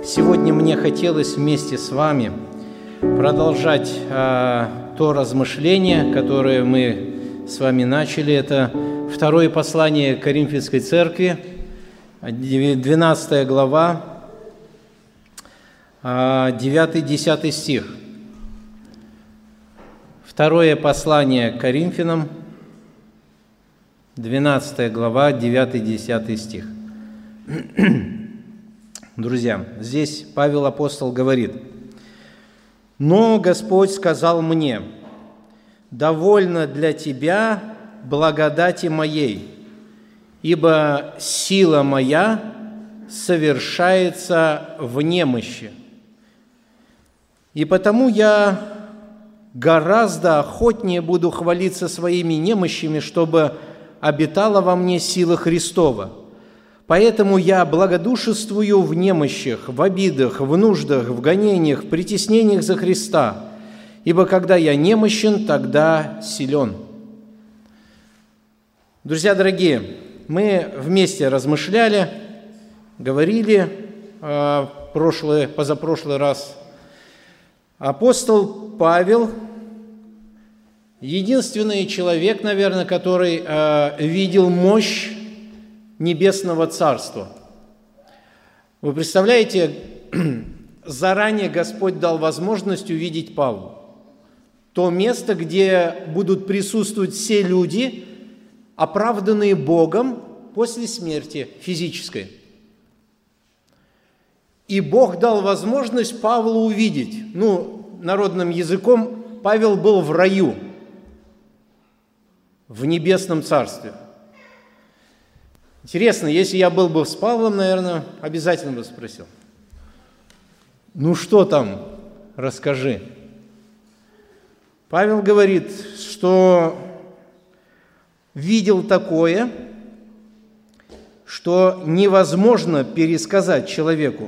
Сегодня мне хотелось вместе с вами продолжать то размышление, которое мы с вами начали. Это второе послание Коринфянской церкви, 12 глава, 9-10 стих. Второе послание к Коринфянам, 12 глава, 9-10 стих. Друзья, здесь Павел апостол говорит: «Но Господь сказал мне: довольно для тебя благодати моей, ибо сила моя совершается в немощи. И потому я гораздо охотнее буду хвалиться своими немощами, чтобы обитала во мне сила Христова. Поэтому я благодушествую в немощах, в обидах, в нуждах, в гонениях, в притеснениях за Христа. Ибо когда я немощен, тогда силен». Друзья дорогие, мы вместе размышляли, говорили позапрошлый раз. Апостол Павел – единственный человек, наверное, который видел мощь Небесного Царства. Вы представляете, заранее Господь дал возможность увидеть Павлу то место, где будут присутствовать все люди, оправданные Богом после смерти физической. И Бог дал возможность Павлу увидеть. Народным языком, Павел был в раю, в Небесном Царстве. Интересно, если я был бы с Павлом, наверное, обязательно бы спросил: что там, расскажи. Павел говорит, что видел такое, что невозможно пересказать человеку,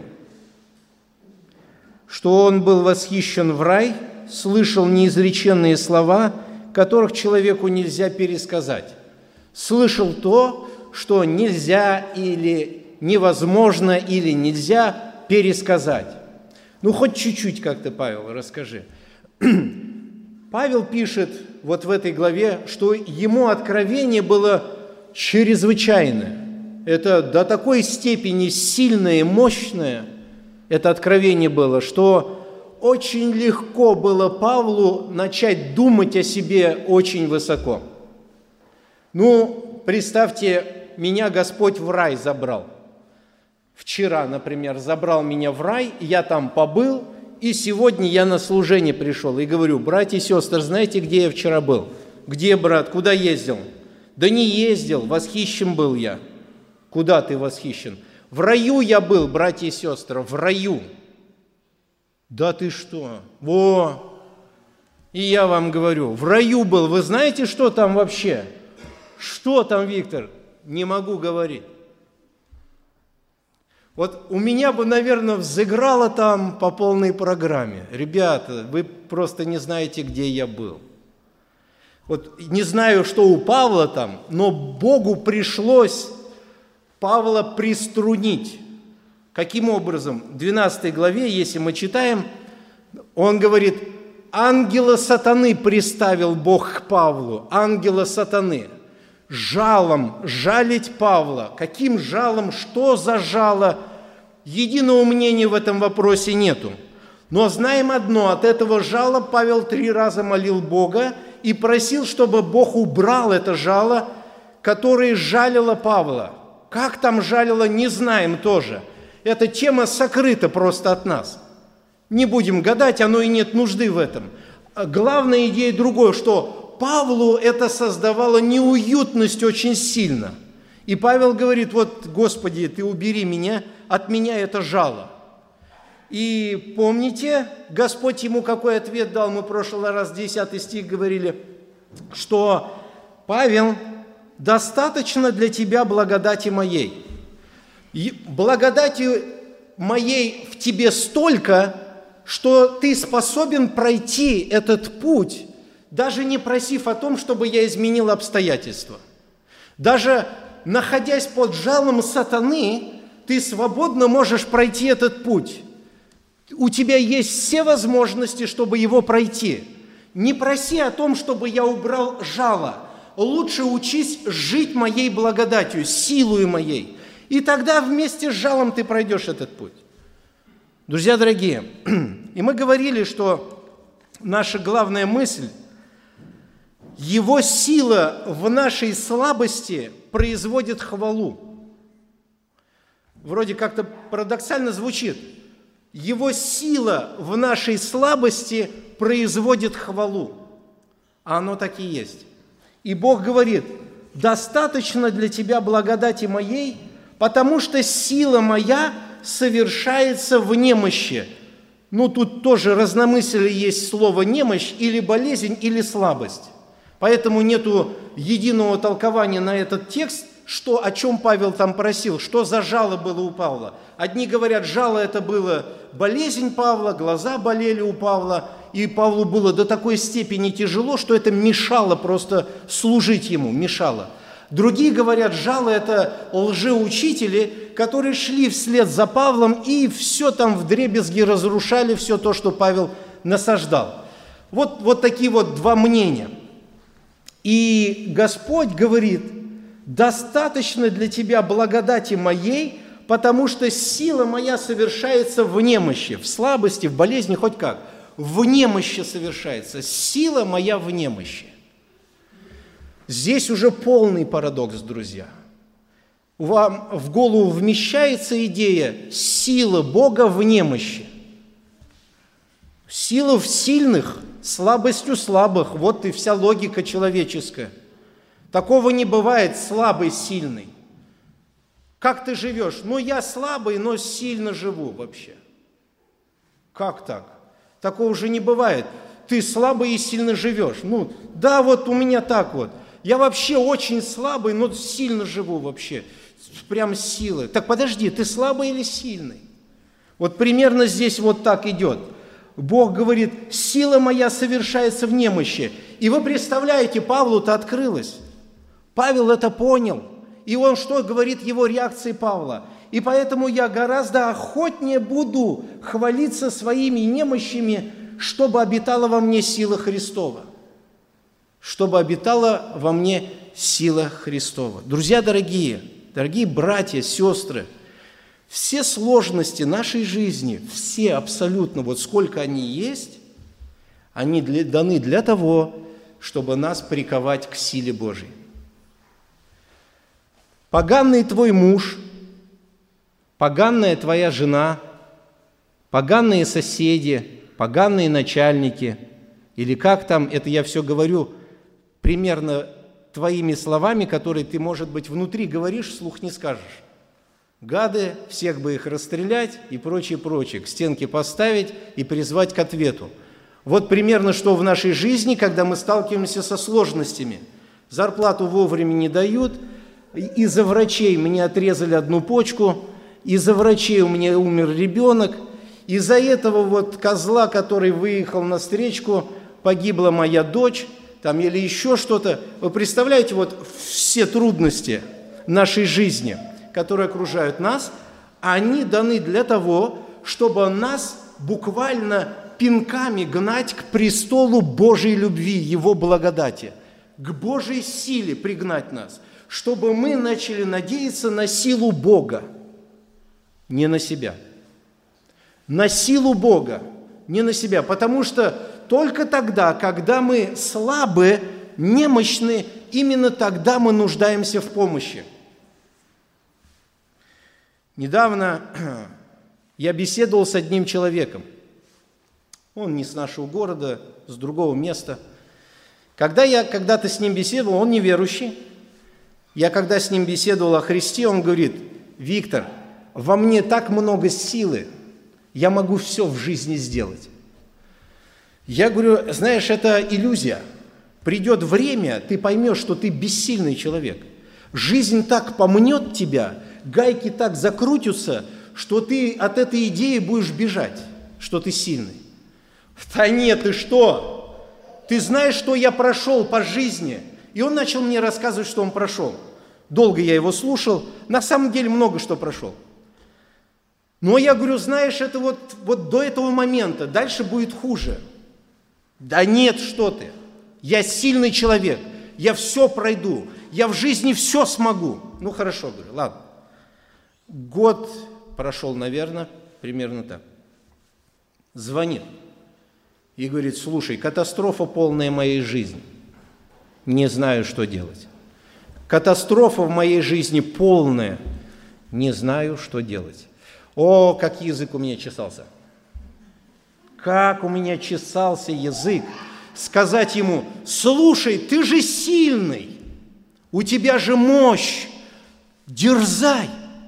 что он был восхищен в рай, слышал неизреченные слова, которых человеку нельзя пересказать, слышал то, что нельзя или невозможно или нельзя пересказать. Хоть чуть-чуть как-то, Павел, расскажи. Павел пишет вот в этой главе, что ему откровение было чрезвычайное. Это до такой степени сильное и мощное это откровение было, что очень легко было Павлу начать думать о себе очень высоко. Представьте, меня Господь в рай забрал. Вчера, например, забрал меня в рай, я там побыл, и сегодня я на служение пришел и говорю: братья и сестры, знаете, где я вчера был? Где, брат, куда ездил? Да не ездил, восхищен был я. Куда ты восхищен? В раю я был, братья и сестры, в раю. Да ты что? И я вам говорю, в раю был. Вы знаете, что там вообще? Что там, Виктор? Не могу говорить. У меня бы, наверное, взыграло там по полной программе. Ребята, вы просто не знаете, где я был. Не знаю, что у Павла там, но Богу пришлось Павла приструнить. Каким образом? В 12 главе, если мы читаем, он говорит: ангела сатаны приставил Бог к Павлу, ангела сатаны. Жалом жалить Павла. Каким жалом? Что за жало? Единого мнения в этом вопросе нету. Но знаем одно: от этого жала Павел 3 раза молил Бога и просил, чтобы Бог убрал это жало, которое жалило Павла. Как там жалило, не знаем тоже. Эта тема сокрыта просто от нас. Не будем гадать, оно и нет нужды в этом. Главная идея другое, что Павлу это создавало неуютность очень сильно. И Павел говорит: Господи, Ты убери меня, от меня это жало. И помните, Господь ему какой ответ дал? Мы в прошлый раз 10 стих говорили, что: Павел, достаточно для тебя благодати моей. И благодати моей в тебе столько, что ты способен пройти этот путь, даже не просив о том, чтобы я изменил обстоятельства. Даже находясь под жалом сатаны, ты свободно можешь пройти этот путь. У тебя есть все возможности, чтобы его пройти. Не проси о том, чтобы я убрал жало. Лучше учись жить моей благодатью, силою моей. И тогда вместе с жалом ты пройдешь этот путь. Друзья дорогие, и мы говорили, что наша главная мысль, его сила в нашей слабости производит хвалу. Вроде как-то парадоксально звучит. Его сила в нашей слабости производит хвалу. А оно так и есть. И Бог говорит: достаточно для тебя благодати моей, потому что сила моя совершается в немощи. Ну, тут тоже разномыслие есть слово «немощь» или «болезнь», или «слабость». Поэтому нету единого толкования на этот текст, что, о чем Павел там просил, что за жало было у Павла. Одни говорят, жало это было болезнь Павла, глаза болели у Павла, и Павлу было до такой степени тяжело, что это мешало просто служить ему, мешало. Другие говорят, жало это лжеучители, которые шли вслед за Павлом и все там вдребезги разрушали, все то, что Павел насаждал. Вот такие вот два мнения. И Господь говорит: достаточно для тебя благодати моей, потому что сила моя совершается в немощи, в слабости, в болезни, хоть как. В немощи совершается. Сила моя в немощи. Здесь уже полный парадокс, друзья. Вам в голову вмещается идея силы Бога в немощи. Сила в сильных, слабость у слабых. Вот и вся логика человеческая. Такого не бывает, слабый, сильный. Как ты живешь? Ну, я слабый, но сильно живу вообще. Как так? Такого уже не бывает. Ты слабый и сильно живешь. Ну, да, вот у меня так вот. Я вообще очень слабый, но сильно живу вообще. Прям силой. Так подожди, ты слабый или сильный? Вот примерно здесь вот так идет. Бог говорит: сила моя совершается в немощи. И вы представляете, Павлу-то открылось. Павел это понял. И он что говорит, его реакции Павла? И поэтому я гораздо охотнее буду хвалиться своими немощами, чтобы обитала во мне сила Христова. Чтобы обитала во мне сила Христова. Друзья дорогие братья, сестры, все сложности нашей жизни, все абсолютно, вот сколько они есть, они даны для того, чтобы нас приковать к силе Божьей. Поганый твой муж, поганая твоя жена, поганые соседи, поганые начальники, или как там, это я все говорю примерно твоими словами, которые ты, может быть, внутри говоришь, вслух не скажешь. Гады, всех бы их расстрелять и прочее, к стенке поставить и призвать к ответу. Вот примерно что в нашей жизни, когда мы сталкиваемся со сложностями. Зарплату вовремя не дают, из-за врачей мне отрезали одну почку, из-за врачей у меня умер ребенок, из-за этого вот козла, который выехал на встречку, погибла моя дочь, там или еще что-то. Вы представляете, вот все трудности нашей жизни, которые окружают нас, они даны для того, чтобы нас буквально пинками гнать к престолу Божьей любви, Его благодати, к Божьей силе пригнать нас, чтобы мы начали надеяться на силу Бога, не на себя. На силу Бога, не на себя. Потому что только тогда, когда мы слабы, немощны, именно тогда мы нуждаемся в помощи. Недавно я беседовал с одним человеком. Он не с нашего города, с другого места. Когда я когда-то с ним беседовал, он неверующий. Я когда с ним беседовал о Христе, он говорит: Виктор, во мне так много силы, я могу все в жизни сделать. Я говорю: знаешь, это иллюзия. Придет время, ты поймешь, что ты бессильный человек. Жизнь так помнет тебя, гайки так закрутятся, что ты от этой идеи будешь бежать, что ты сильный. Да нет, ты что? Ты знаешь, что я прошел по жизни? И он начал мне рассказывать, что он прошел. Долго я его слушал, на самом деле много что прошел. Но я говорю, знаешь, это вот до этого момента, дальше будет хуже. Да нет, что ты, я сильный человек, я все пройду, я в жизни все смогу. Ну хорошо, говорю, ладно. Год прошел, наверное, примерно так. Звонит и говорит, слушай, катастрофа полная моей жизни, не знаю, что делать. Катастрофа в моей жизни полная, не знаю, что делать. О, как язык у меня чесался. Как у меня чесался язык сказать ему, слушай, ты же сильный, у тебя же мощь, дерзай.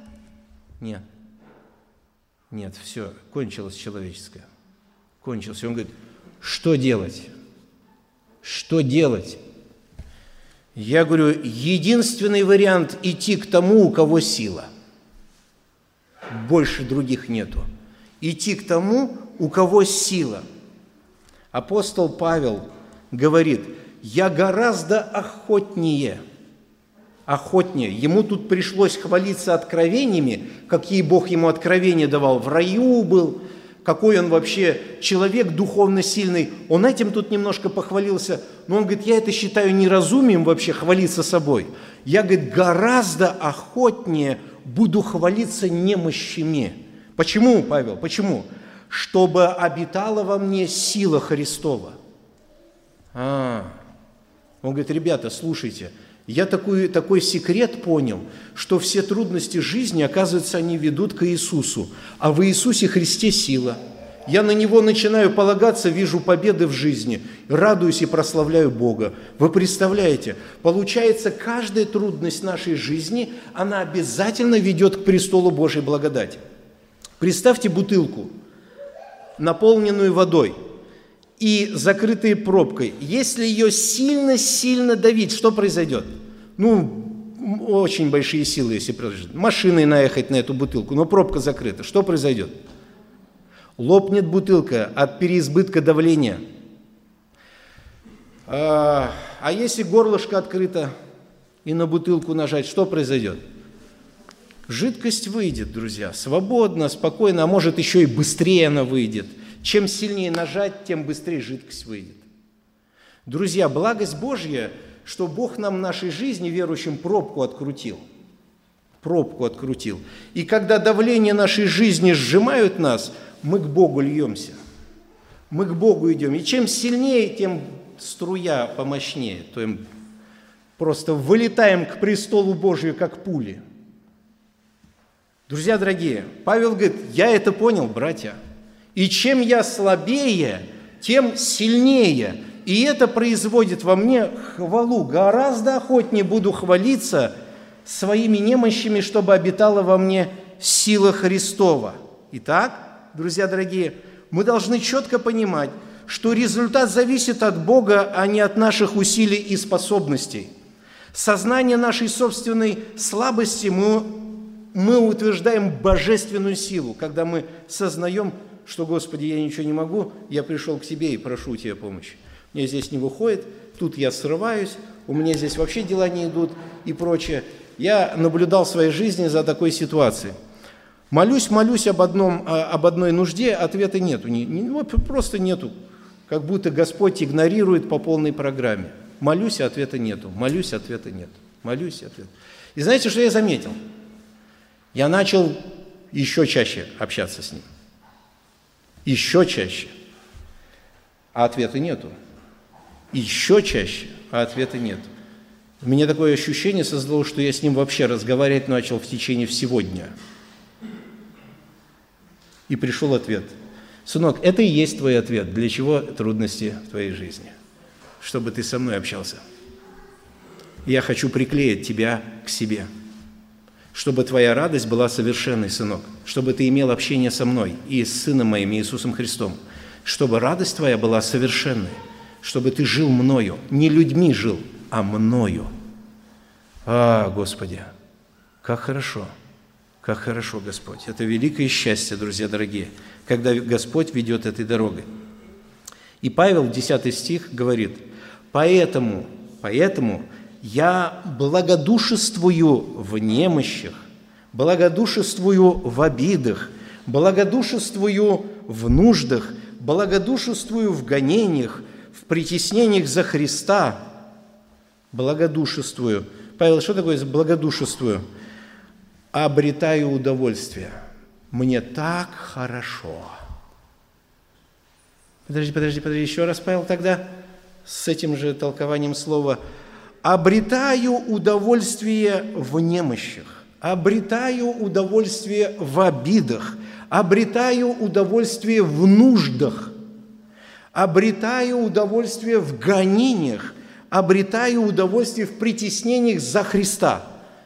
Нет, все, кончилось человеческое. Кончилось. Он говорит, что делать? Что делать? Я говорю, единственный вариант – идти к тому, у кого сила. Больше других нету. Идти к тому, у кого сила. Апостол Павел говорит, я гораздо охотнее. Ему тут пришлось хвалиться откровениями, какие Бог ему откровения давал. В раю был, какой он вообще человек духовно сильный. Он этим тут немножко похвалился, но он говорит, я это считаю неразумием вообще хвалиться собой. Я, говорит, гораздо охотнее буду хвалиться немощами. Почему, Павел? Почему? Чтобы обитала во мне сила Христова. Он говорит, ребята, слушайте, я такой секрет понял, что все трудности жизни, оказывается, они ведут к Иисусу, а в Иисусе Христе сила. Я на Него начинаю полагаться, вижу победы в жизни, радуюсь и прославляю Бога. Вы представляете, получается, каждая трудность нашей жизни, она обязательно ведет к престолу Божьей благодати. Представьте бутылку, наполненную водой и закрытой пробкой. Если ее сильно-сильно давить, что произойдет? Очень большие силы, если произойдет. Машиной наехать на эту бутылку, но пробка закрыта. Что произойдет? Лопнет бутылка от переизбытка давления. А если горлышко открыто и на бутылку нажать, что произойдет? Жидкость выйдет, друзья, свободно, спокойно, а может еще и быстрее она выйдет. Чем сильнее нажать, тем быстрее жидкость выйдет. Друзья, благость Божья, что Бог нам в нашей жизни, верующим, пробку открутил. И когда давление нашей жизни сжимают нас, мы к Богу льемся. Мы к Богу идем. И чем сильнее, тем струя помощнее. То есть просто вылетаем к престолу Божию, как пули. Друзья дорогие, Павел говорит, я это понял, братья. И чем я слабее, тем сильнее. И это производит во мне хвалу. Гораздо охотнее буду хвалиться своими немощами, чтобы обитала во мне сила Христова. Итак, друзья дорогие, мы должны четко понимать, что результат зависит от Бога, а не от наших усилий и способностей. Сознание нашей собственной слабости мы утверждаем божественную силу, когда мы сознаем, что, Господи, я ничего не могу, я пришел к Тебе и прошу у Тебя помощи. Мне здесь не выходит, тут я срываюсь, у меня здесь вообще дела не идут и прочее. Я наблюдал в своей жизни за такой ситуацией. Молюсь об одной нужде, ответа нету, просто нету. Как будто Господь игнорирует по полной программе. Молюсь, а ответа нету, молюсь, ответа нет, молюсь, ответа. И знаете, что я заметил? Я начал еще чаще общаться с Ним. Еще чаще, а ответа нету. Еще чаще, а ответа нет. У меня такое ощущение создалось, что я с Ним вообще разговаривать начал в течение всего дня. И пришел ответ. Сынок, это и есть твой ответ. Для чего трудности в твоей жизни? Чтобы ты со мной общался. Я хочу приклеить тебя к себе. Чтобы твоя радость была совершенной, сынок. Чтобы ты имел общение со мной и с Сыном моим Иисусом Христом. Чтобы радость твоя была совершенной. Чтобы ты жил мною. Не людьми жил, а мною. Господи, как хорошо, Господь. Это великое счастье, друзья дорогие, когда Господь ведет этой дорогой. И Павел, 10 стих, говорит, «Поэтому я благодушествую в немощах, благодушествую в обидах, благодушествую в нуждах, благодушествую в гонениях, в притеснениях за Христа. Благодушествую. Павел, что такое благодушествую? Обретаю удовольствие. Мне так хорошо. Подожди, еще раз, Павел, тогда с этим же толкованием слова. Обретаю удовольствие в немощах, обретаю удовольствие в обидах, обретаю удовольствие в нуждах, обретаю удовольствие в гонениях, обретаю удовольствие в притеснениях за Христа.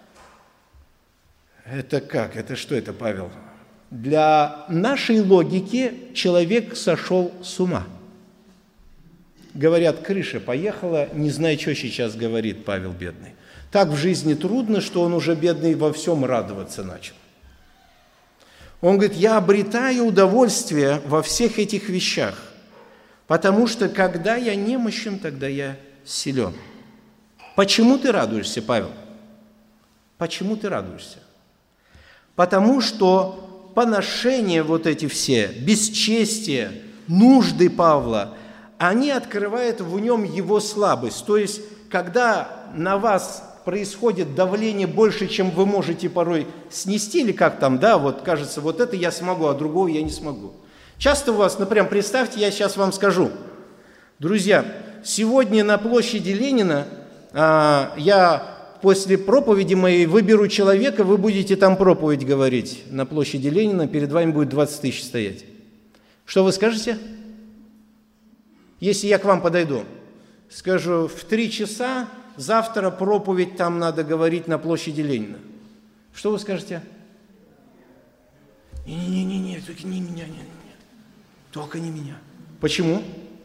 Это как? Это что это, Павел? Для нашей логики человек сошел с ума. Говорят, крыша поехала, не знаю, что сейчас говорит Павел бедный. Так в жизни трудно, что он уже бедный во всем радоваться начал. Он говорит, я обретаю удовольствие во всех этих вещах, потому что когда я немощен, тогда я силен. Почему ты радуешься, Павел? Почему ты радуешься? Потому что поношения вот эти все, бесчестие, нужды Павла, они открывают в нем его слабость. То есть, когда на вас происходит давление больше, чем вы можете порой снести, или как там, да, вот кажется, вот это я смогу, а другого я не смогу. Часто у вас, например, представьте, я сейчас вам скажу, друзья, сегодня на площади Ленина я после проповеди моей выберу человека, вы будете там проповедь говорить на площади Ленина, перед вами будет 20 тысяч стоять. Что вы скажете? Если я к вам подойду, скажу, в 3 часа завтра проповедь там надо говорить на площади Ленина. Что вы скажете? Не, только не меня, только не меня. Почему?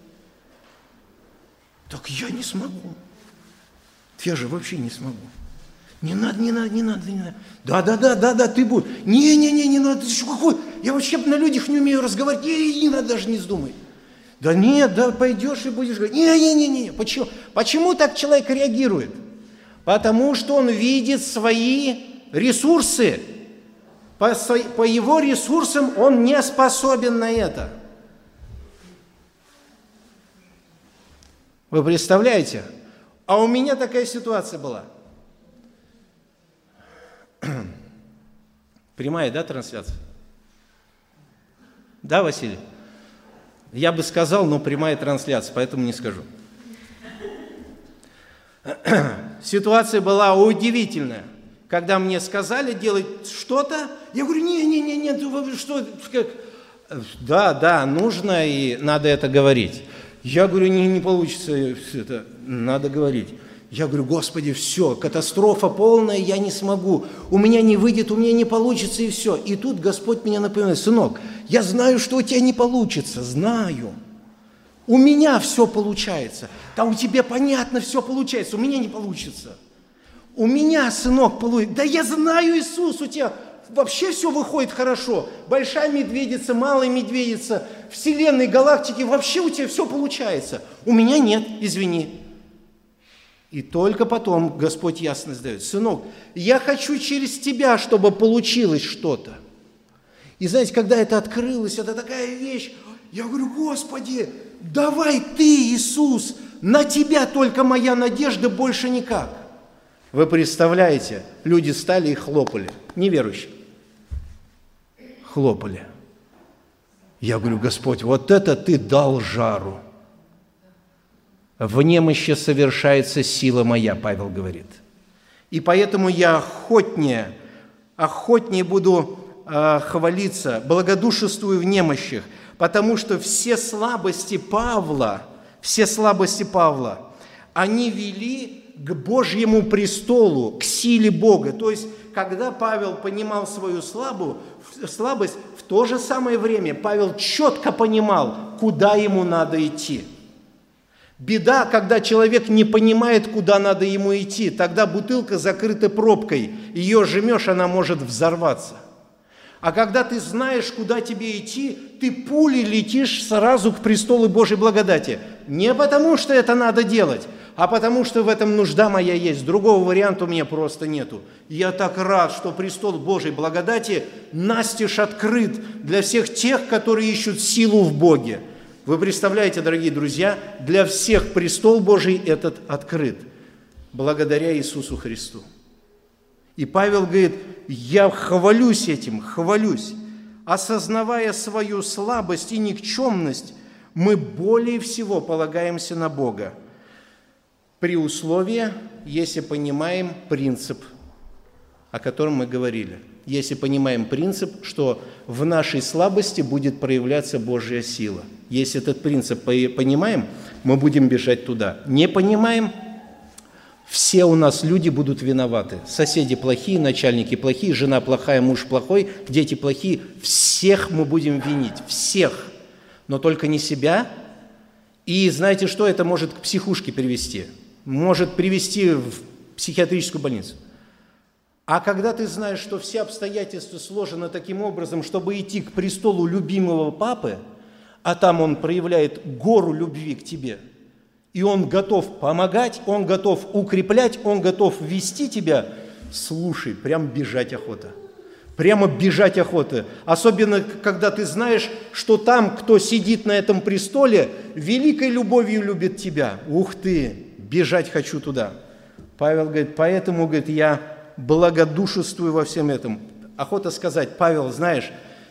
Так я не смогу. Я же вообще не смогу. Не надо. Да, ты будешь. Не надо. Ты что, какой? Я вообще на людях не умею разговаривать. Не надо, даже не вздумай. Да нет, да пойдешь и будешь говорить. Не. Почему? Почему так человек реагирует? Потому что он видит свои ресурсы. По его ресурсам он не способен на это. Вы представляете? А у меня такая ситуация была. Прямая, да, трансляция? Да, Василий? Я бы сказал, но прямая трансляция, поэтому не скажу. Ситуация была удивительная. Когда мне сказали делать что-то, я говорю, нет, что? Да, нужно и надо это говорить. Я говорю, не получится это, надо говорить. Я говорю, Господи, все, катастрофа полная, я не смогу, у меня не выйдет, у меня не получится, и все. И тут Господь меня напоминает, сынок, я знаю, что у тебя не получится, знаю. У меня все получается. Да у тебя, понятно, все получается, у меня не получится. У меня, сынок, получится. Да я знаю, Иисус, у тебя вообще все выходит хорошо. Большая медведица, малая медведица, вселенной, галактики, вообще у тебя все получается. У меня нет, извини. И только потом Господь ясность дает. Сынок, я хочу через тебя, чтобы получилось что-то. И знаете, когда это открылось, это такая вещь, я говорю, Господи, давай ты, Иисус, на тебя только моя надежда, больше никак. Вы представляете, люди стали и хлопали, неверующие. Хлопали. Я говорю, Господь, вот это ты дал жару. В немощи совершается сила моя, Павел говорит. И поэтому я охотнее буду хвалиться, благодушествую в немощах, потому что все слабости Павла, они вели к Божьему престолу, к силе Бога. То есть, когда Павел понимал свою слабость, в то же самое время Павел четко понимал, куда ему надо идти. Беда, когда человек не понимает, куда надо ему идти, тогда бутылка закрыта пробкой, ее жмешь, она может взорваться. А когда ты знаешь, куда тебе идти, ты пулей летишь сразу к престолу Божьей благодати. Не потому, что это надо делать, а потому, что в этом нужда моя есть. Другого варианта у меня просто нету. Я так рад, что престол Божьей благодати настежь открыт для всех тех, которые ищут силу в Боге. Вы представляете, дорогие друзья, для всех престол Божий этот открыт, благодаря Иисусу Христу. И Павел говорит, я хвалюсь этим, хвалюсь. Осознавая свою слабость и никчемность, мы более всего полагаемся на Бога. При условии, если понимаем принцип, о котором мы говорили. Если понимаем принцип, что в нашей слабости будет проявляться Божья сила. Если этот принцип понимаем, мы будем бежать туда. Не понимаем, все у нас люди будут виноваты. Соседи плохие, начальники плохие, жена плохая, муж плохой, дети плохие. Всех мы будем винить, всех. Но только не себя. И знаете что? Это может к психушке привести. Может привести в психиатрическую больницу. А когда ты знаешь, что все обстоятельства сложены таким образом, чтобы идти к престолу любимого папы, а там он проявляет гору любви к тебе, и он готов помогать, он готов укреплять, он готов вести тебя, слушай, прям бежать охота. Прямо бежать охота. Особенно, когда ты знаешь, что там, кто сидит на этом престоле, великой любовью любит тебя. Ух ты, бежать хочу туда. Павел говорит, поэтому, говорит, я благодушествую во всем этом. Охота сказать, Павел, знаешь,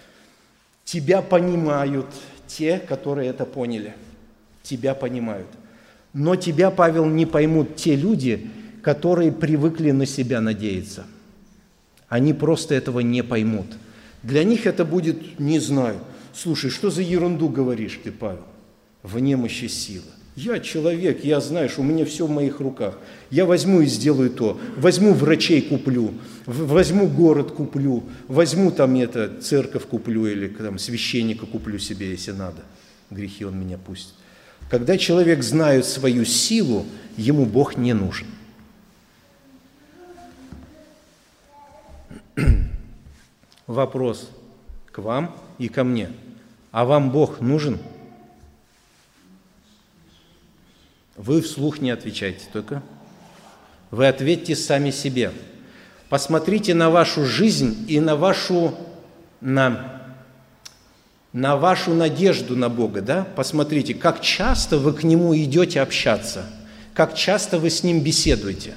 тебя понимают те, которые это поняли. Тебя понимают. Но тебя, Павел, не поймут те люди, которые привыкли на себя надеяться. Они просто этого не поймут. Для них это будет, не знаю, слушай, что за ерунду говоришь ты, Павел? В немощи сила. Я человек, я, знаешь, у меня все в моих руках. Я возьму и сделаю то. Возьму врачей куплю, возьму город куплю, возьму там церковь куплю или там священника куплю себе, если надо. Грехи он меня пустит. Когда человек знает свою силу, ему Бог не нужен. Вопрос к вам и ко мне. А вам Бог нужен? Вы вслух не отвечайте только. Вы ответьте сами себе. Посмотрите на вашу жизнь и на вашу надежду на Бога. Да? Посмотрите, как часто вы к Нему идете общаться, как часто вы с Ним беседуете.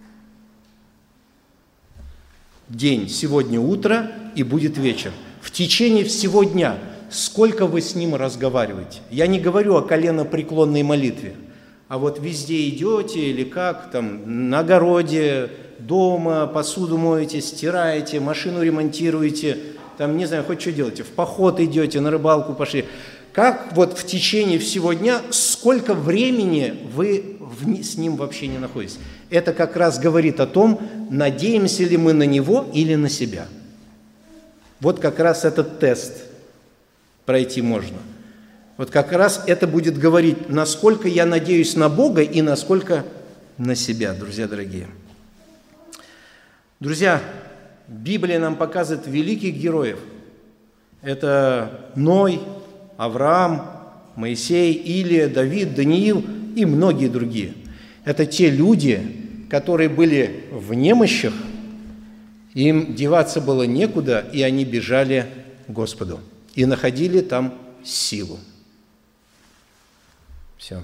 День, сегодня утро и будет вечер. В течение всего дня сколько вы с Ним разговариваете? Я не говорю о коленопреклонной молитве. А вот везде идете или как, там, на огороде, дома, посуду моете, стираете, машину ремонтируете, там, не знаю, хоть что делаете, в поход идете, на рыбалку пошли. Как вот в течение всего дня, сколько времени вы с Ним вообще не находитесь? Это как раз говорит о том, надеемся ли мы на Него или на себя. Вот как раз этот тест пройти можно. Вот как раз это будет говорить, насколько я надеюсь на Бога и насколько на себя, друзья дорогие. Друзья, Библия нам показывает великих героев. Это Ной, Авраам, Моисей, Илия, Давид, Даниил и многие другие. Это те люди, которые были в немощах, им деваться было некуда, и они бежали к Господу и находили там силу. Все.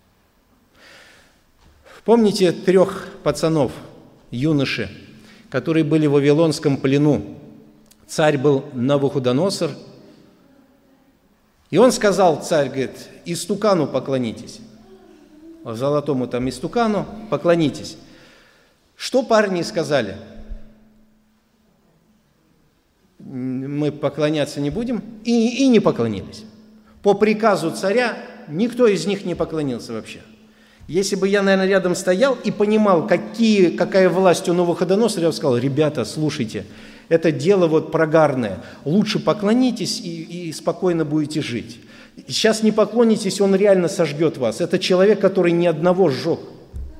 Помните 3 пацанов, юноши, которые были в Вавилонском плену? Царь был Навуходоносор, и он сказал, царь, говорит, истукану поклонитесь. Золотому там истукану поклонитесь. Что парни сказали? Мы поклоняться не будем, и не поклонились. По приказу царя никто из них не поклонился вообще. Если бы я, наверное, рядом стоял и понимал, какая власть у Навуходоносора, я бы сказал, ребята, слушайте, это дело вот прогарное. Лучше поклонитесь и спокойно будете жить. Сейчас не поклонитесь, он реально сожгет вас. Это человек, который ни одного сжег.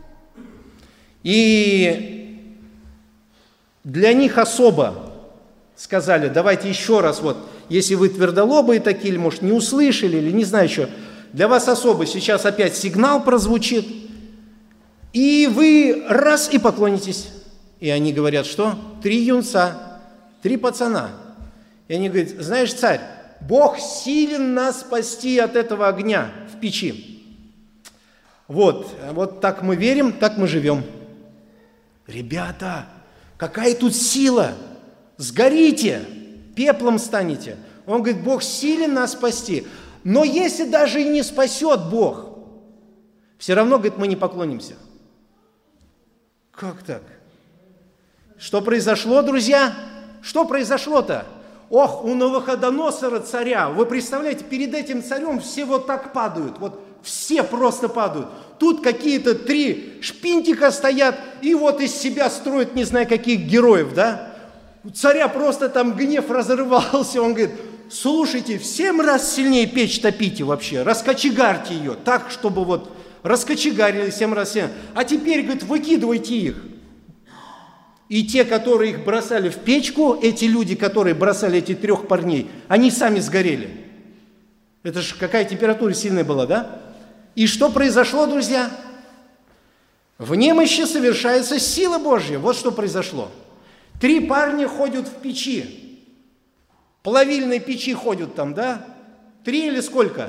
И для них особо сказали, давайте еще раз, вот, если вы твердолобые такие, или, может, не услышали, или не знаю еще, для вас особый сейчас опять сигнал прозвучит, и вы раз и поклонитесь. И они говорят, что? 3 юнца, 3 пацана. И они говорят, знаешь, царь, Бог силен нас спасти от этого огня в печи. Вот так мы верим, так мы живем. Ребята, какая тут сила? Сгорите, пеплом станете. Он говорит, Бог силен нас спасти. Но если даже и не спасет Бог, все равно, говорит, мы не поклонимся. Как так? Что произошло, друзья? Что произошло-то? Ох, у Навуходоносора царя, вы представляете, перед этим царем все вот так падают, вот все просто падают. Тут какие-то 3 шпинтика стоят, и вот из себя строят не знаю каких героев, да? У царя просто там гнев разрывался, он говорит, слушайте, в 7 раз сильнее печь топите вообще, раскочегарьте ее, так, чтобы вот раскочегарили 7 раз сильнее. А теперь, говорит, выкидывайте их. И те, которые их бросали в печку, эти люди, которые бросали эти 3 парней, они сами сгорели. Это же какая температура сильная была, да? И что произошло, друзья? В немощи совершается сила Божья. Вот что произошло. 3 парня ходят в печи. Плавильной печи ходят там, да? 3 или сколько?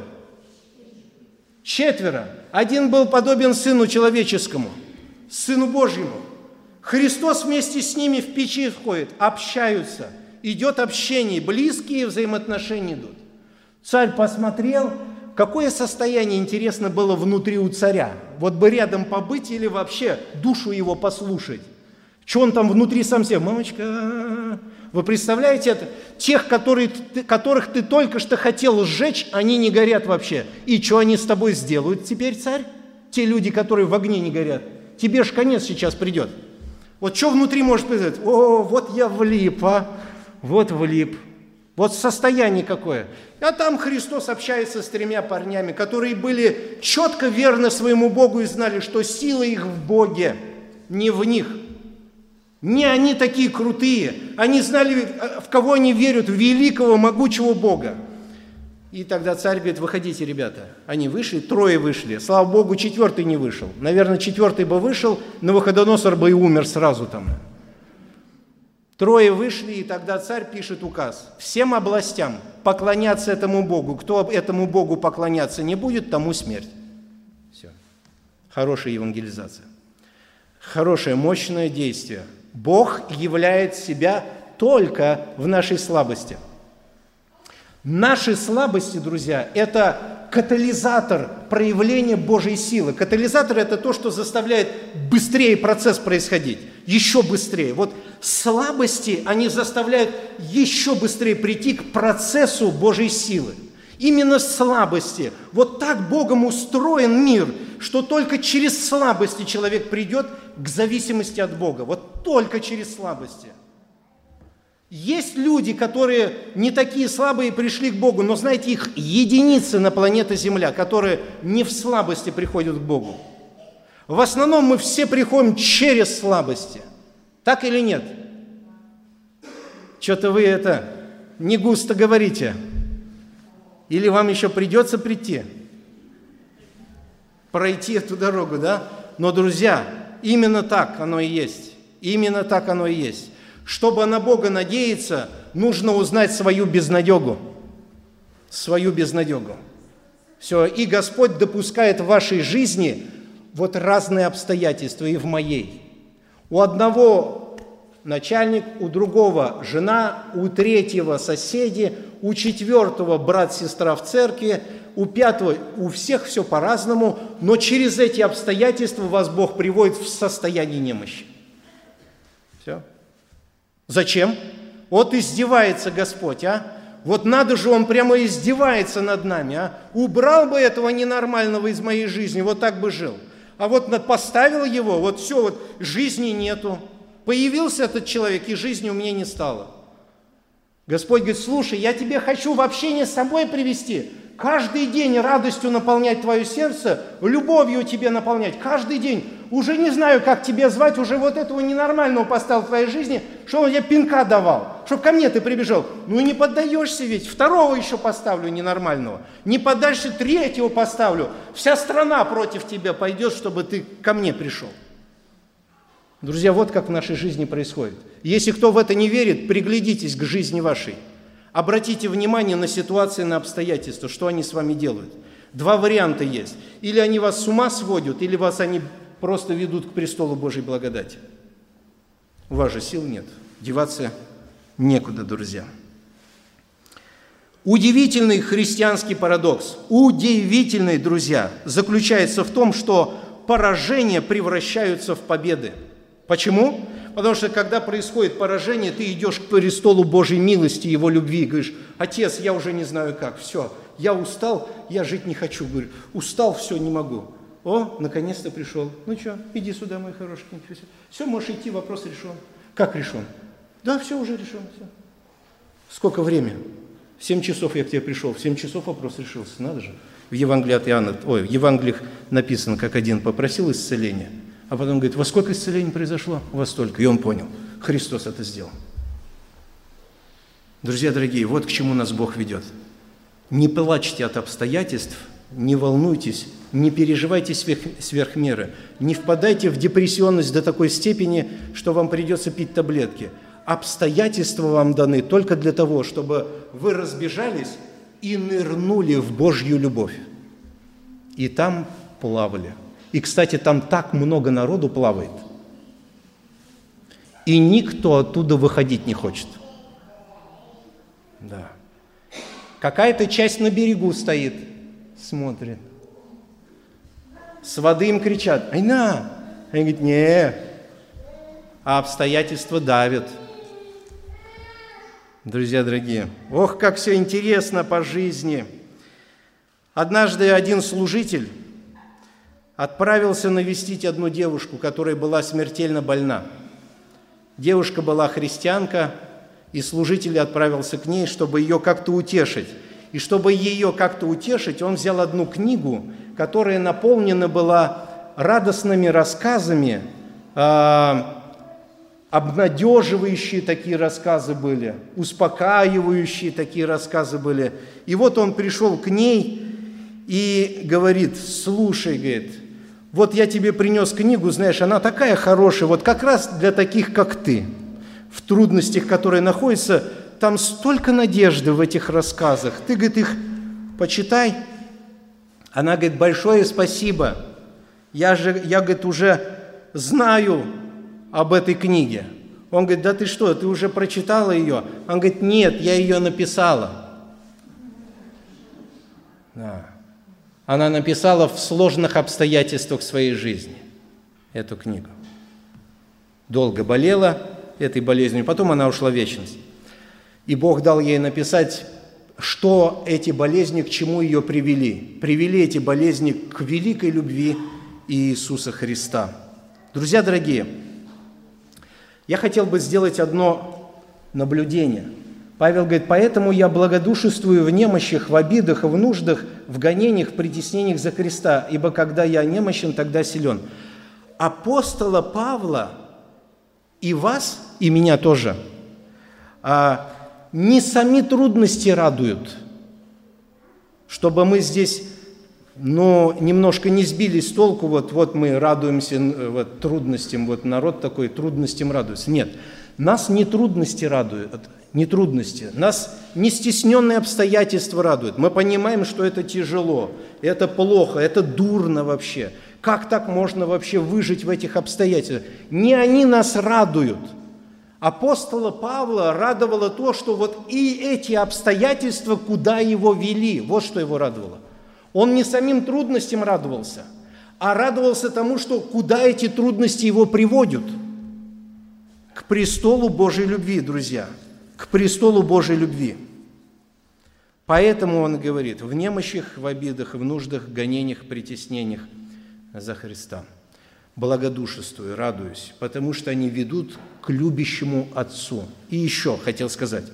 4. Один был подобен Сыну Человеческому, Сыну Божьему. Христос вместе с ними в печи входит, общаются, идет общение, близкие взаимоотношения идут. Царь посмотрел, какое состояние, интересно, было внутри у царя. Вот бы рядом побыть или вообще душу его послушать. Что он там внутри сам себе? Мамочка, вы представляете это? Тех, которых ты только что хотел сжечь, они не горят вообще. И что они с тобой сделают теперь, царь? Те люди, которые в огне не горят. Тебе ж конец сейчас придет. Вот что внутри может произойти? О, вот я влип, а? Вот влип. Вот состояние какое. А там Христос общается с 3 парнями, которые были четко верны своему Богу и знали, что сила их в Боге, не в них. Не они такие крутые. Они знали, в кого они верят, в великого, могучего Бога. И тогда царь говорит, выходите, ребята. Они вышли, 3 вышли. Слава Богу, 4 не вышел. Наверное, 4 бы вышел, Навуходоносор бы и умер сразу там. 3 вышли, и тогда царь пишет указ. Всем областям поклоняться этому Богу. Кто этому Богу поклоняться не будет, тому смерть. Все. Хорошая евангелизация. Хорошее, мощное действие. Бог являет себя только в нашей слабости. Наши слабости, друзья, это катализатор проявления Божьей силы. Катализатор – это то, что заставляет быстрее процесс происходить, еще быстрее. Вот слабости, они заставляют еще быстрее прийти к процессу Божьей силы. Именно слабости. Вот так Богом устроен мир, что только через слабости человек придет к зависимости от Бога. Вот только через слабости. Есть люди, которые не такие слабые пришли к Богу, но, знаете, их единицы на планете Земля, которые не в слабости приходят к Богу. В основном мы все приходим через слабости. Так или нет? Что-то вы это не густо говорите. Или вам еще придется прийти? Пройти эту дорогу, да? Но, друзья, именно так оно и есть. Именно так оно и есть. Чтобы на Бога надеяться, нужно узнать свою безнадегу. Свою безнадегу. Все, и Господь допускает в вашей жизни вот разные обстоятельства, и в моей. У одного начальник, у другого жена, у 3 соседи, у 4 брат-сестра в церкви, у 5 у всех все по-разному, но через эти обстоятельства вас Бог приводит в состояние немощи. Все. Зачем? Вот издевается Господь, а? Вот надо же, Он прямо издевается над нами, а? Убрал бы этого ненормального из моей жизни, вот так бы жил. А вот поставил его, вот все, вот жизни нету. Появился этот человек, и жизни у меня не стало. Господь говорит, слушай, я тебе хочу в общение с собой привести. Каждый день радостью наполнять твое сердце, любовью тебе наполнять. Каждый день. Уже не знаю, как тебя звать, уже вот этого ненормального поставил в твоей жизни, что он тебе пинка давал. чтобы ко мне ты прибежал. Ну и не поддаешься ведь, второго еще поставлю ненормального. Не подальше третьего поставлю. Вся страна против тебя пойдет, чтобы ты ко мне пришел. Друзья, вот как в нашей жизни происходит. Если кто в это не верит, приглядитесь к жизни вашей. Обратите внимание на ситуации, на обстоятельства, что они с вами делают. Два варианта есть. Или они вас с ума сводят, или вас они просто ведут к престолу Божьей благодати. У вас же сил нет. Деваться некуда, друзья. Удивительный христианский парадокс, удивительный, друзья, заключается в том, что поражения превращаются в победы. Почему? Потому что, когда происходит поражение, ты идешь к престолу Божьей милости, Его любви, и говоришь: Отец, я уже не знаю как, все, я устал, я жить не хочу, говорю, устал, все, не могу. О, наконец-то пришел. Ну что, иди сюда, мой хороший. Все, можешь идти, вопрос решен. Как решен? Да, все уже решен. Все. Сколько времени? В 7 часов я к тебе пришел, в 7 часов вопрос решился, надо же. В Евангелиях написано, как один попросил исцеления, а потом говорит: во сколько исцелений произошло? Во столько. И он понял, Христос это сделал. Друзья дорогие, вот к чему нас Бог ведет. Не плачьте от обстоятельств, не волнуйтесь, не переживайте сверх меры, не впадайте в депрессионность до такой степени, что вам придется пить таблетки. Обстоятельства вам даны только для того, чтобы вы разбежались и нырнули в Божью любовь. И там плавали. И, кстати, там так много народу плавает. И никто оттуда выходить не хочет. Да. Какая-то часть на берегу стоит, смотрит. С воды им кричат: «Айна!» Они говорят: «Не!» А обстоятельства давят. Друзья дорогие, ох, как все интересно по жизни. Однажды один служитель отправился навестить одну девушку, которая была смертельно больна. Девушка была христианка, и служитель отправился к ней, чтобы ее как-то утешить. И чтобы ее как-то утешить, он взял одну книгу, которая наполнена была радостными рассказами, обнадеживающие такие рассказы были, успокаивающие такие рассказы были. И вот он пришел к ней и говорит: слушай, говорит, вот я тебе принес книгу, знаешь, она такая хорошая, вот как раз для таких, как ты. В трудностях, которые находятся, там столько надежды в этих рассказах. Ты, говорит, их почитай. Она говорит: большое спасибо. Я, говорит, уже знаю об этой книге. Он говорит: да ты что, ты уже прочитала ее? Он говорит: нет, я ее написала. Да. Она написала в сложных обстоятельствах своей жизни эту книгу. Долго болела этой болезнью, потом она ушла в вечность. И Бог дал ей написать, что эти болезни, к чему ее привели. Привели эти болезни к великой любви Иисуса Христа. Друзья дорогие, я хотел бы сделать одно наблюдение. Павел говорит: поэтому я благодушествую в немощах, в обидах, в нуждах, в гонениях, в притеснениях за Христа, ибо когда я немощен, тогда силен. Апостола Павла и вас, и меня тоже, не сами трудности радуют, чтобы мы здесь, немножко не сбились с толку, вот мы радуемся трудностям, вот народ такой трудностям радуется. Нет, нас не трудности радуют, не трудности, нас не стесненные обстоятельства радуют. Мы понимаем, что это тяжело, это плохо, это дурно вообще. Как так можно вообще выжить в этих обстоятельствах? Не они нас радуют. Апостола Павла радовало то, что вот и эти обстоятельства, куда его вели, вот что его радовало. Он не самим трудностям радовался, а радовался тому, что куда эти трудности его приводят. К престолу Божьей любви, друзья, к престолу Божьей любви. Поэтому он говорит: в немощах, в обидах, в нуждах, гонениях, притеснениях за Христа. Благодушествую, радуюсь, потому что они ведут к любящему Отцу. И еще хотел сказать.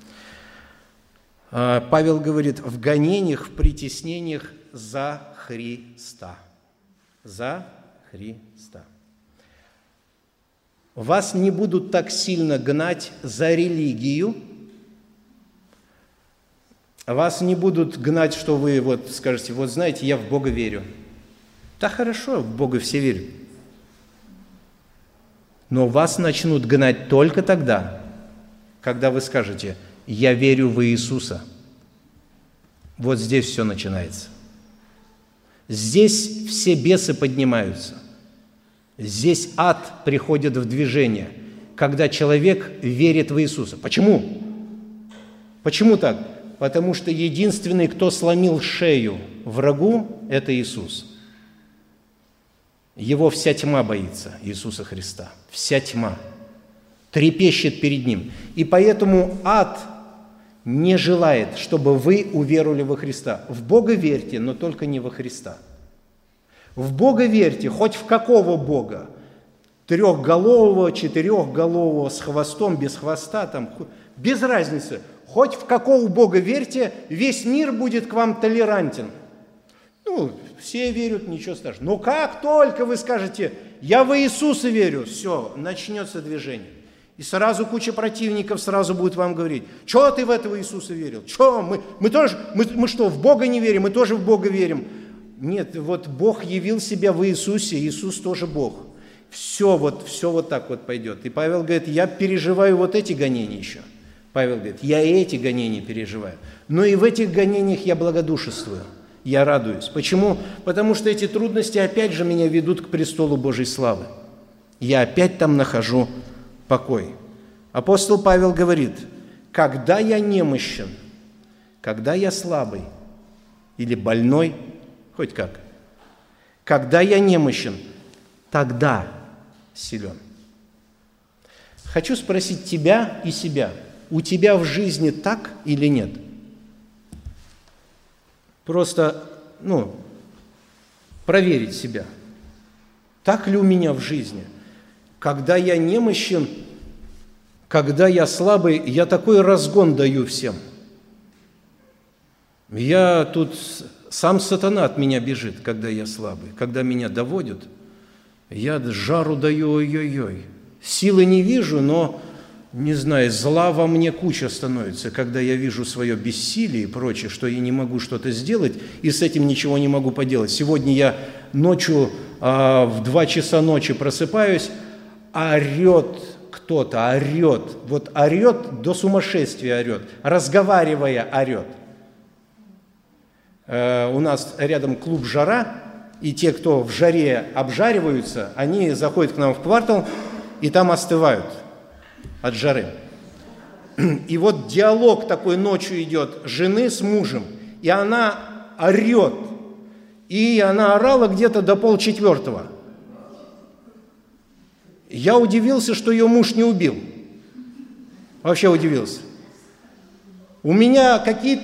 Павел говорит: в гонениях, в притеснениях за Христа. За Христа. Вас не будут так сильно гнать за религию, вас не будут гнать, что вы вот скажете, вот знаете, я в Бога верю. Да хорошо, в Бога все верят. Но вас начнут гнать только тогда, когда вы скажете, я верю в Иисуса. Вот здесь все начинается. Здесь все бесы поднимаются. Здесь ад приходит в движение, когда человек верит в Иисуса. Почему? Почему так? Потому что единственный, кто сломил шею врагу, это Иисус. Его вся тьма боится, Иисуса Христа. Вся тьма. Трепещет перед Ним. И поэтому ад не желает, чтобы вы уверовали во Христа. В Бога верьте, но только не во Христа. В Бога верьте, хоть в какого Бога? Трехголового, четырехголового, с хвостом, без хвоста, там, без разницы. Хоть в какого Бога верьте, весь мир будет к вам толерантен. Ну, все верят, ничего страшного. Но как только вы скажете, я в Иисуса верю, все, начнется движение. И сразу куча противников сразу будет вам говорить, что ты в этого Иисуса верил? Что, мы что, в Бога не верим? Мы тоже в Бога верим. Нет, вот Бог явил себя в Иисусе, Иисус тоже Бог. Все вот так вот пойдет. И Павел говорит, я переживаю вот эти гонения еще. Павел говорит, я и эти гонения переживаю. Но и в этих гонениях я благодушествую, я радуюсь. Почему? Потому что эти трудности опять же меня ведут к престолу Божьей славы. Я опять там нахожу покой. Апостол Павел говорит, когда я немощен, когда я слабый или больной, хоть как, когда я немощен, тогда силен. Хочу спросить тебя и себя, у тебя в жизни так или нет? Просто, проверить себя. Так ли у меня в жизни? Когда я немощен, когда я слабый, я такой разгон даю всем. Я тут, сам сатана от меня бежит, когда я слабый. Когда меня доводят, я жару даю, ой-ой-ой. Силы не вижу, но, не знаю, зла во мне куча становится, когда я вижу свое бессилие и прочее, что я не могу что-то сделать, и с этим ничего не могу поделать. Сегодня я ночью, в 2 часа ночи просыпаюсь, орет кто-то, орет. Вот орет, до сумасшествия орет, разговаривая орет. У нас рядом клуб «Жара», и те, кто в жаре обжариваются, они заходят к нам в квартал, и там остывают от жары. И вот диалог такой ночью идет жены с мужем, и она орет. И она орала где-то до 3:30. Я удивился, что ее муж не убил. Вообще удивился. У меня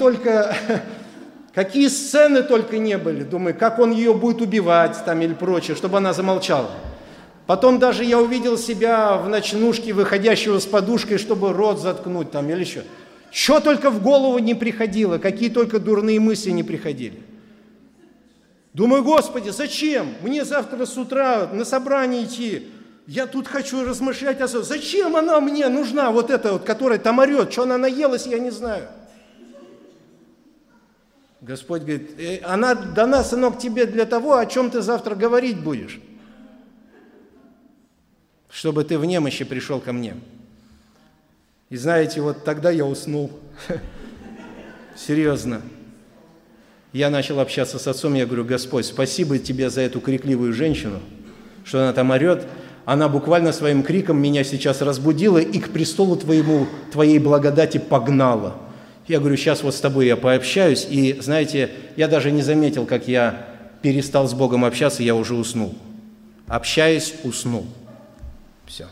какие сцены только не были. Думаю, как он ее будет убивать там или прочее, чтобы она замолчала. Потом даже я увидел себя в ночнушке, выходящего с подушкой, чтобы рот заткнуть там или еще. Что только в голову не приходило, какие только дурные мысли не приходили. Думаю, Господи, зачем? Мне завтра с утра на собрание идти. Я тут хочу размышлять о себе. Зачем она мне нужна, вот эта вот, которая там орет? Что она наелась, я не знаю. Господь говорит, она дана, сынок, тебе для того, о чем ты завтра говорить будешь. Чтобы ты в немощи пришел ко мне. И знаете, вот тогда я уснул. Серьезно. Я начал общаться с отцом, я говорю, Господь, спасибо тебе за эту крикливую женщину, что она там орет. Она буквально своим криком меня сейчас разбудила и к престолу твоей благодати погнала. Я говорю, сейчас вот с тобой я пообщаюсь, и, знаете, я даже не заметил, как я перестал с Богом общаться, я уже уснул. Общаясь, уснул. Все.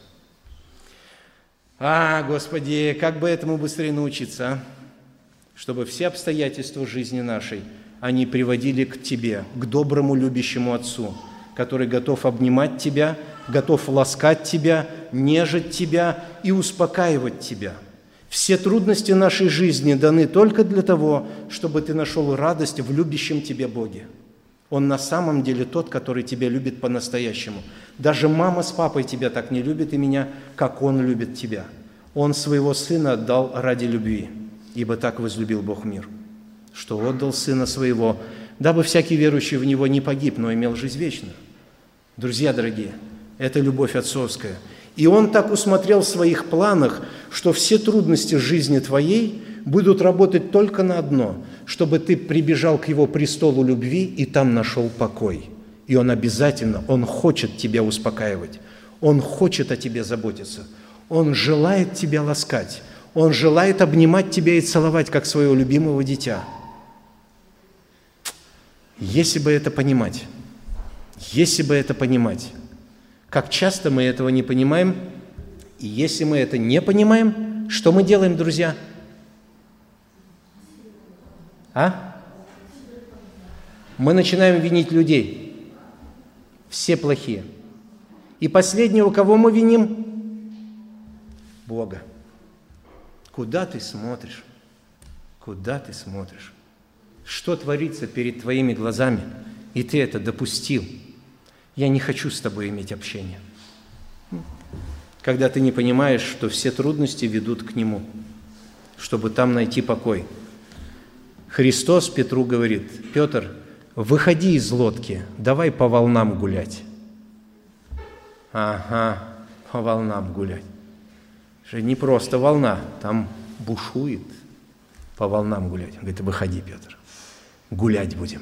Господи, как бы этому быстрее научиться, а? Чтобы все обстоятельства жизни нашей, они приводили к Тебе, к доброму любящему Отцу, который готов обнимать Тебя, готов ласкать Тебя, нежить Тебя и успокаивать Тебя. Все трудности нашей жизни даны только для того, чтобы Ты нашел радость в любящем Тебе Боге. Он на самом деле тот, который Тебя любит по-настоящему. Даже мама с папой тебя так не любят и меня, как Он любит тебя. Он своего Сына отдал ради любви, ибо так возлюбил Бог мир, что отдал Сына Своего, дабы всякий верующий в Него не погиб, но имел жизнь вечную. Друзья дорогие, это любовь отцовская. И Он так усмотрел в своих планах, что все трудности жизни твоей будут работать только на одно, чтобы ты прибежал к Его престолу любви и там нашел покой. И Он обязательно, Он хочет тебя успокаивать, Он хочет о тебе заботиться, Он желает тебя ласкать, Он желает обнимать тебя и целовать, как своего любимого дитя. Если бы это понимать, как часто мы этого не понимаем, и если мы это не понимаем, что мы делаем, друзья? Мы начинаем винить людей. Все плохие. И последнего, кого мы виним? Бога. Куда ты смотришь? Куда ты смотришь? Что творится перед твоими глазами? И ты это допустил. Я не хочу с тобой иметь общение. Когда ты не понимаешь, что все трудности ведут к Нему, чтобы там найти покой. Христос Петру говорит: Петр, выходи из лодки, давай по волнам гулять. Ага, по волнам гулять. Же не просто волна, там бушует. По волнам гулять. Он говорит: выходи, Петр, гулять будем.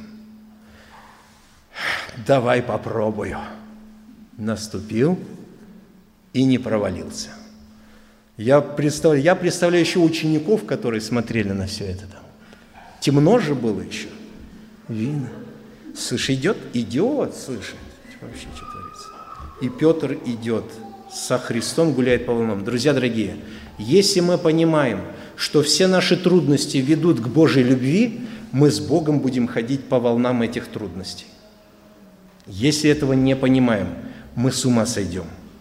Давай попробую. Наступил и не провалился. Я представляю еще учеников, которые смотрели на все это. Темно же было еще. Видно. Слышь, идет, слышь. Вообще что творится. И Петр идет со Христом, гуляет по волнам. Друзья дорогие, если мы понимаем, что все наши трудности ведут к Божьей любви, мы с Богом будем ходить по волнам этих трудностей. Если этого не понимаем, мы с ума сойдем.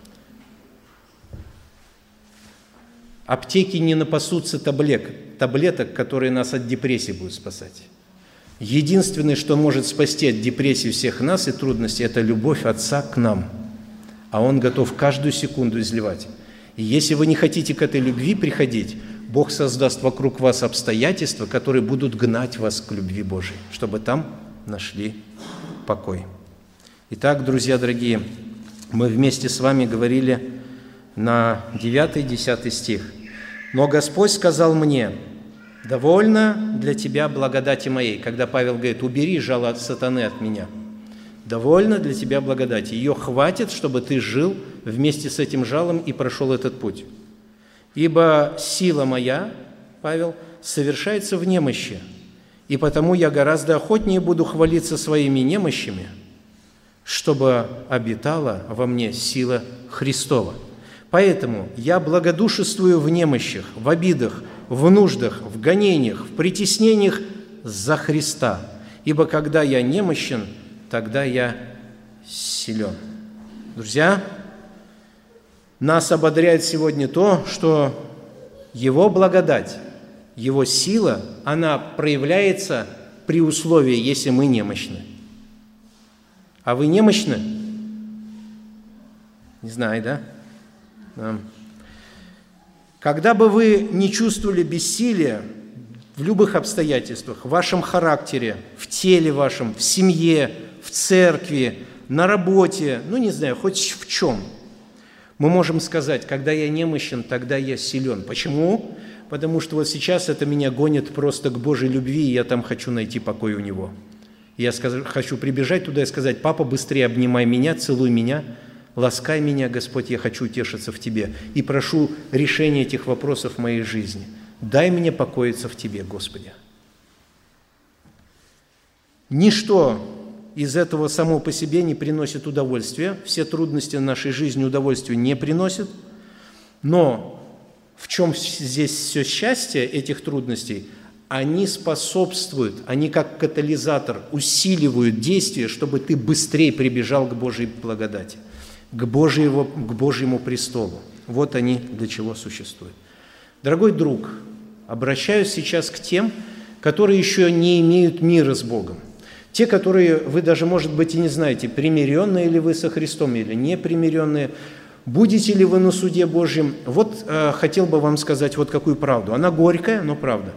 Аптеки не напасутся таблеток, которые нас от депрессии будут спасать. Единственное, что может спасти от депрессии всех нас и трудностей, это любовь Отца к нам. А Он готов каждую секунду изливать. И если вы не хотите к этой любви приходить, Бог создаст вокруг вас обстоятельства, которые будут гнать вас к любви Божией, чтобы там нашли покой. Итак, друзья дорогие, мы вместе с вами говорили на 9-10 стих. «Но Господь сказал мне: довольно для тебя благодати моей». Когда Павел говорит: убери жало от сатаны от меня. Довольно для тебя благодати. Ее хватит, чтобы ты жил вместе с этим жалом и прошел этот путь. «Ибо сила моя, Павел, совершается в немощи, и потому я гораздо охотнее буду хвалиться своими немощами, чтобы обитала во мне сила Христова. Поэтому я благодушествую в немощах, в обидах, в нуждах, в гонениях, в притеснениях за Христа. Ибо когда я немощен, тогда я силен». Друзья, нас ободряет сегодня то, что Его благодать, Его сила, она проявляется при условии, если мы немощны. А вы немощны? Не знаю, да? Да. Когда бы вы не чувствовали бессилия в любых обстоятельствах, в вашем характере, в теле вашем, в семье, в церкви, на работе, не знаю, хоть в чем, мы можем сказать: когда я немощен, тогда я силен. Почему? Потому что вот сейчас это меня гонит просто к Божьей любви, и я там хочу найти покой у Него. Я хочу прибежать туда и сказать: папа, быстрее обнимай меня, целуй меня, ласкай меня, Господь, я хочу утешиться в Тебе. И прошу решения этих вопросов в моей жизни. Дай мне покоиться в Тебе, Господи. Ничто из этого само по себе не приносит удовольствия. Все трудности нашей жизни удовольствия не приносят. Но в чем здесь все счастье этих трудностей? Они способствуют, они как катализатор усиливают действие, чтобы ты быстрее прибежал к Божьей благодати, к Божьему престолу. Вот они для чего существуют. Дорогой друг, обращаюсь сейчас к тем, которые еще не имеют мира с Богом, Те, которые вы даже, может быть, и не знаете, примиренные ли вы со Христом или не примиренные, будете ли вы на суде Божьем. Вот хотел бы вам сказать вот какую правду. Она горькая, но правда.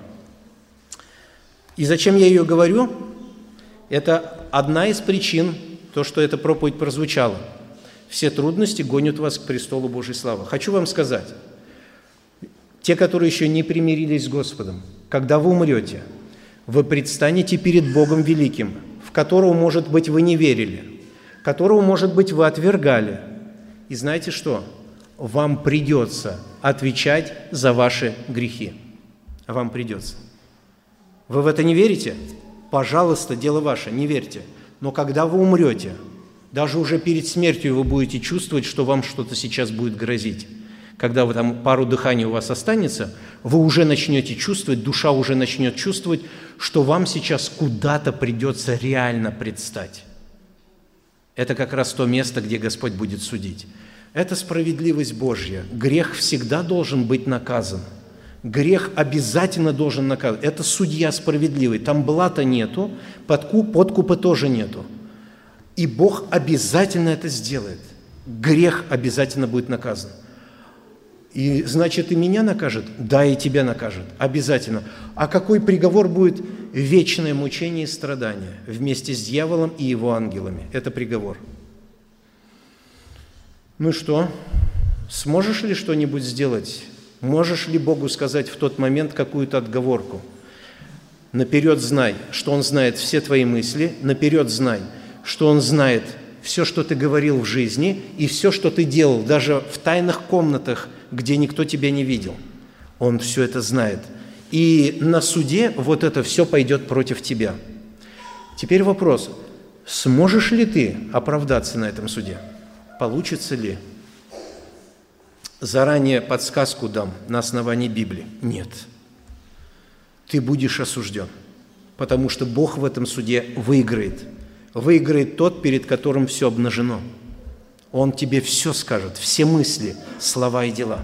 И зачем я ее говорю? Это одна из причин, то, что эта проповедь прозвучала. Все трудности гонят вас к престолу Божьей славы. Хочу вам сказать, те, которые еще не примирились с Господом, когда вы умрете, вы предстанете перед Богом великим, в которого, может быть, вы не верили, которого, может быть, вы отвергали. И знаете что? Вам придется отвечать за ваши грехи. Вам придется. Вы в это не верите? Пожалуйста, дело ваше, не верьте. Но когда вы умрете, даже уже перед смертью вы будете чувствовать, что вам что-то сейчас будет грозить. Когда вы там пару дыханий у вас останется, вы уже начнете чувствовать, душа уже начнет чувствовать, что вам сейчас куда-то придется реально предстать. Это как раз то место, где Господь будет судить. Это справедливость Божья. Грех всегда должен быть наказан. Грех обязательно должен наказывать. Это судья справедливый. Там блата нету, подкупа тоже нету. И Бог обязательно это сделает. Грех обязательно будет наказан. И значит, и меня накажет? Да, и тебя накажет. Обязательно. А какой приговор будет? Вечное мучение и страдание вместе с дьяволом и его ангелами. Это приговор. Ну что, сможешь ли что-нибудь сделать? Можешь ли Богу сказать в тот момент какую-то отговорку? Наперед знай, что Он знает все твои мысли, наперед знай, что Он знает все, что ты говорил в жизни, и все, что ты делал, даже в тайных комнатах, где никто тебя не видел. Он все это знает. И на суде вот это все пойдет против тебя. Теперь вопрос, сможешь ли ты оправдаться на этом суде? Получится ли? Заранее подсказку дам на основании Библии. Нет. Ты будешь осужден, потому что Бог в этом суде выиграет. Выиграет тот, перед которым все обнажено. Он тебе все скажет, все мысли, слова и дела.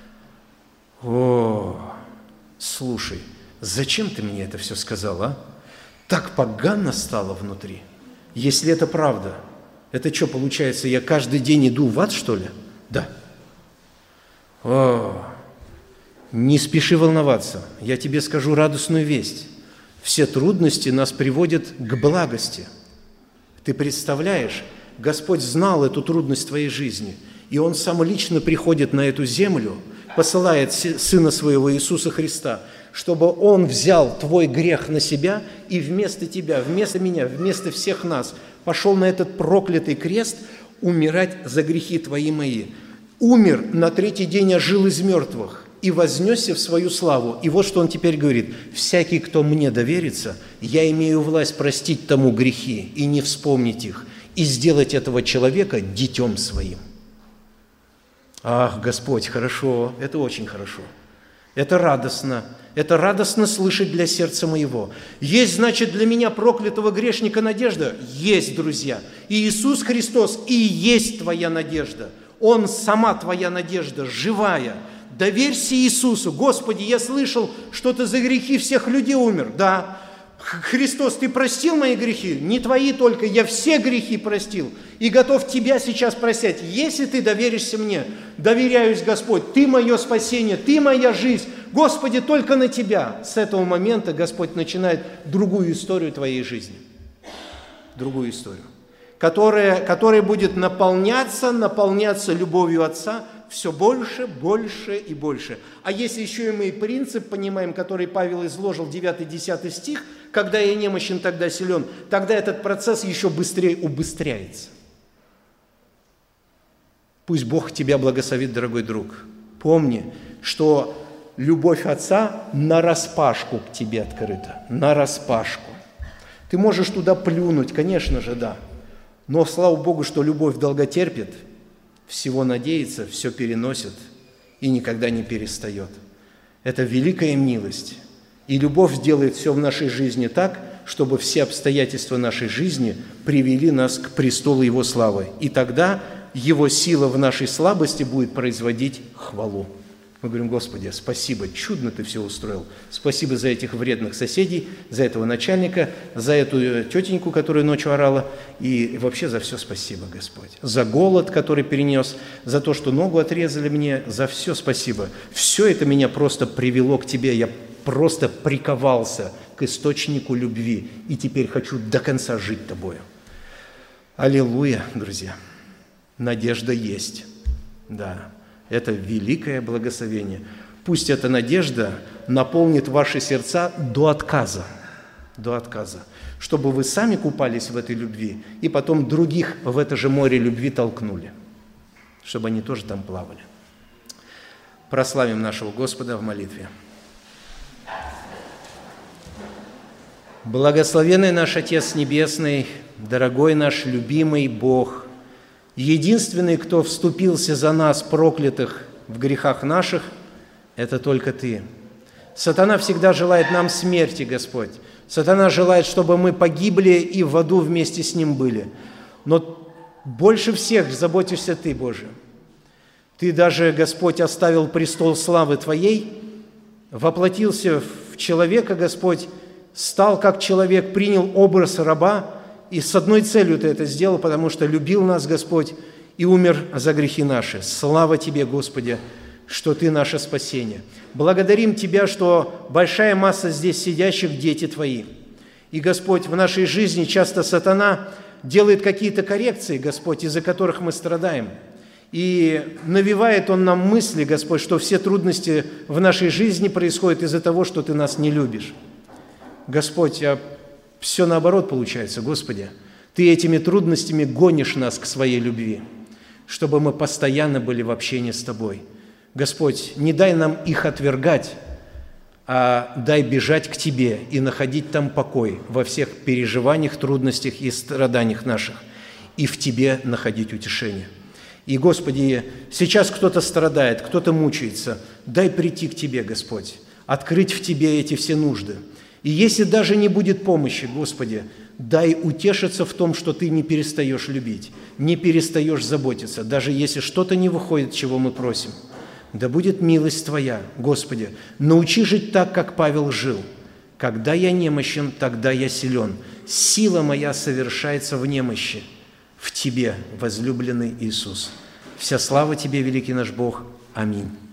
О, слушай, зачем ты мне это все сказал, а? Так погано стало внутри. Если это правда, это что, получается, я каждый день иду в ад, что ли? Да. О, не спеши волноваться, я тебе скажу радостную весть. Все трудности нас приводят к благости. Ты представляешь, Господь знал эту трудность твоей жизни, и Он сам лично приходит на эту землю, посылает Сына Своего Иисуса Христа, чтобы Он взял твой грех на себя и вместо тебя, вместо меня, вместо всех нас пошел на этот проклятый крест умирать за грехи твои и мои. Умер, на третий день ожил из мертвых и вознесся в свою славу. И вот что Он теперь говорит. «Всякий, кто мне доверится, я имею власть простить тому грехи и не вспомнить их, и сделать этого человека детем своим». Ах, Господь, хорошо, это очень хорошо. Это радостно слышать для сердца моего. Есть, значит, для меня, проклятого грешника, надежда? Есть, друзья. И Иисус Христос и есть твоя надежда. Он сама твоя надежда, живая. Доверься Иисусу. Господи, я слышал, что ты за грехи всех людей умер. Да. Христос, ты простил мои грехи? Не твои только, я все грехи простил. И готов тебя сейчас прощать. Если ты доверишься мне, доверяюсь, Господь, ты мое спасение, ты моя жизнь. Господи, только на тебя. С этого момента Господь начинает другую историю твоей жизни. Другую историю. Которая будет наполняться любовью Отца все больше, больше и больше. А если еще и мы принцип понимаем, который Павел изложил, 9-10 стих, когда я немощен, тогда силен, тогда этот процесс еще быстрее убыстряется. Пусть Бог тебя благословит, дорогой друг. Помни, что любовь Отца нараспашку к тебе открыта, нараспашку. Ты можешь туда плюнуть, конечно же, да. Но слава Богу, что любовь долго терпит, всего надеется, все переносит и никогда не перестает. Это великая милость. И любовь сделает все в нашей жизни так, чтобы все обстоятельства нашей жизни привели нас к престолу Его славы. И тогда Его сила в нашей слабости будет производить хвалу. Мы говорим: Господи, спасибо, чудно Ты все устроил. Спасибо за этих вредных соседей, за этого начальника, за эту тетеньку, которая ночью орала, и вообще за все спасибо, Господь. За голод, который перенес, за то, что ногу отрезали мне, за все спасибо. Все это меня просто привело к Тебе. Я просто приковался к источнику любви, и теперь хочу до конца жить Тобою. Аллилуйя, друзья! Надежда есть, да. Это великое благословение. Пусть эта надежда наполнит ваши сердца до отказа, чтобы вы сами купались в этой любви и потом других в это же море любви толкнули, чтобы они тоже там плавали. Прославим нашего Господа в молитве. Благословенный наш Отец Небесный, дорогой наш любимый Бог, единственный, кто вступился за нас, проклятых в грехах наших, это только Ты. Сатана всегда желает нам смерти, Господь. Сатана желает, чтобы мы погибли и в аду вместе с ним были. Но больше всех заботишься Ты, Боже. Ты даже, Господь, оставил престол славы Твоей, воплотился в человека, Господь, стал как человек, принял образ раба, и с одной целью Ты это сделал, потому что любил нас, Господь, и умер за грехи наши. Слава Тебе, Господи, что Ты наше спасение. Благодарим Тебя, что большая масса здесь сидящих дети Твои. И, Господь, в нашей жизни часто сатана делает какие-то коррекции, Господь, из-за которых мы страдаем. И навевает он нам мысли, Господь, что все трудности в нашей жизни происходят из-за того, что Ты нас не любишь. Господь, все наоборот получается, Господи. Ты этими трудностями гонишь нас к своей любви, чтобы мы постоянно были в общении с Тобой. Господь, не дай нам их отвергать, а дай бежать к Тебе и находить там покой во всех переживаниях, трудностях и страданиях наших, и в Тебе находить утешение. И, Господи, сейчас кто-то страдает, кто-то мучается. Дай прийти к Тебе, Господь, открыть в Тебе эти все нужды. И если даже не будет помощи, Господи, дай утешиться в том, что Ты не перестаешь любить, не перестаешь заботиться, даже если что-то не выходит, чего мы просим. Да будет милость Твоя, Господи, научи жить так, как Павел жил. Когда я немощен, тогда я силен. Сила моя совершается в немощи. В Тебе, возлюбленный Иисус. Вся слава Тебе, великий наш Бог. Аминь.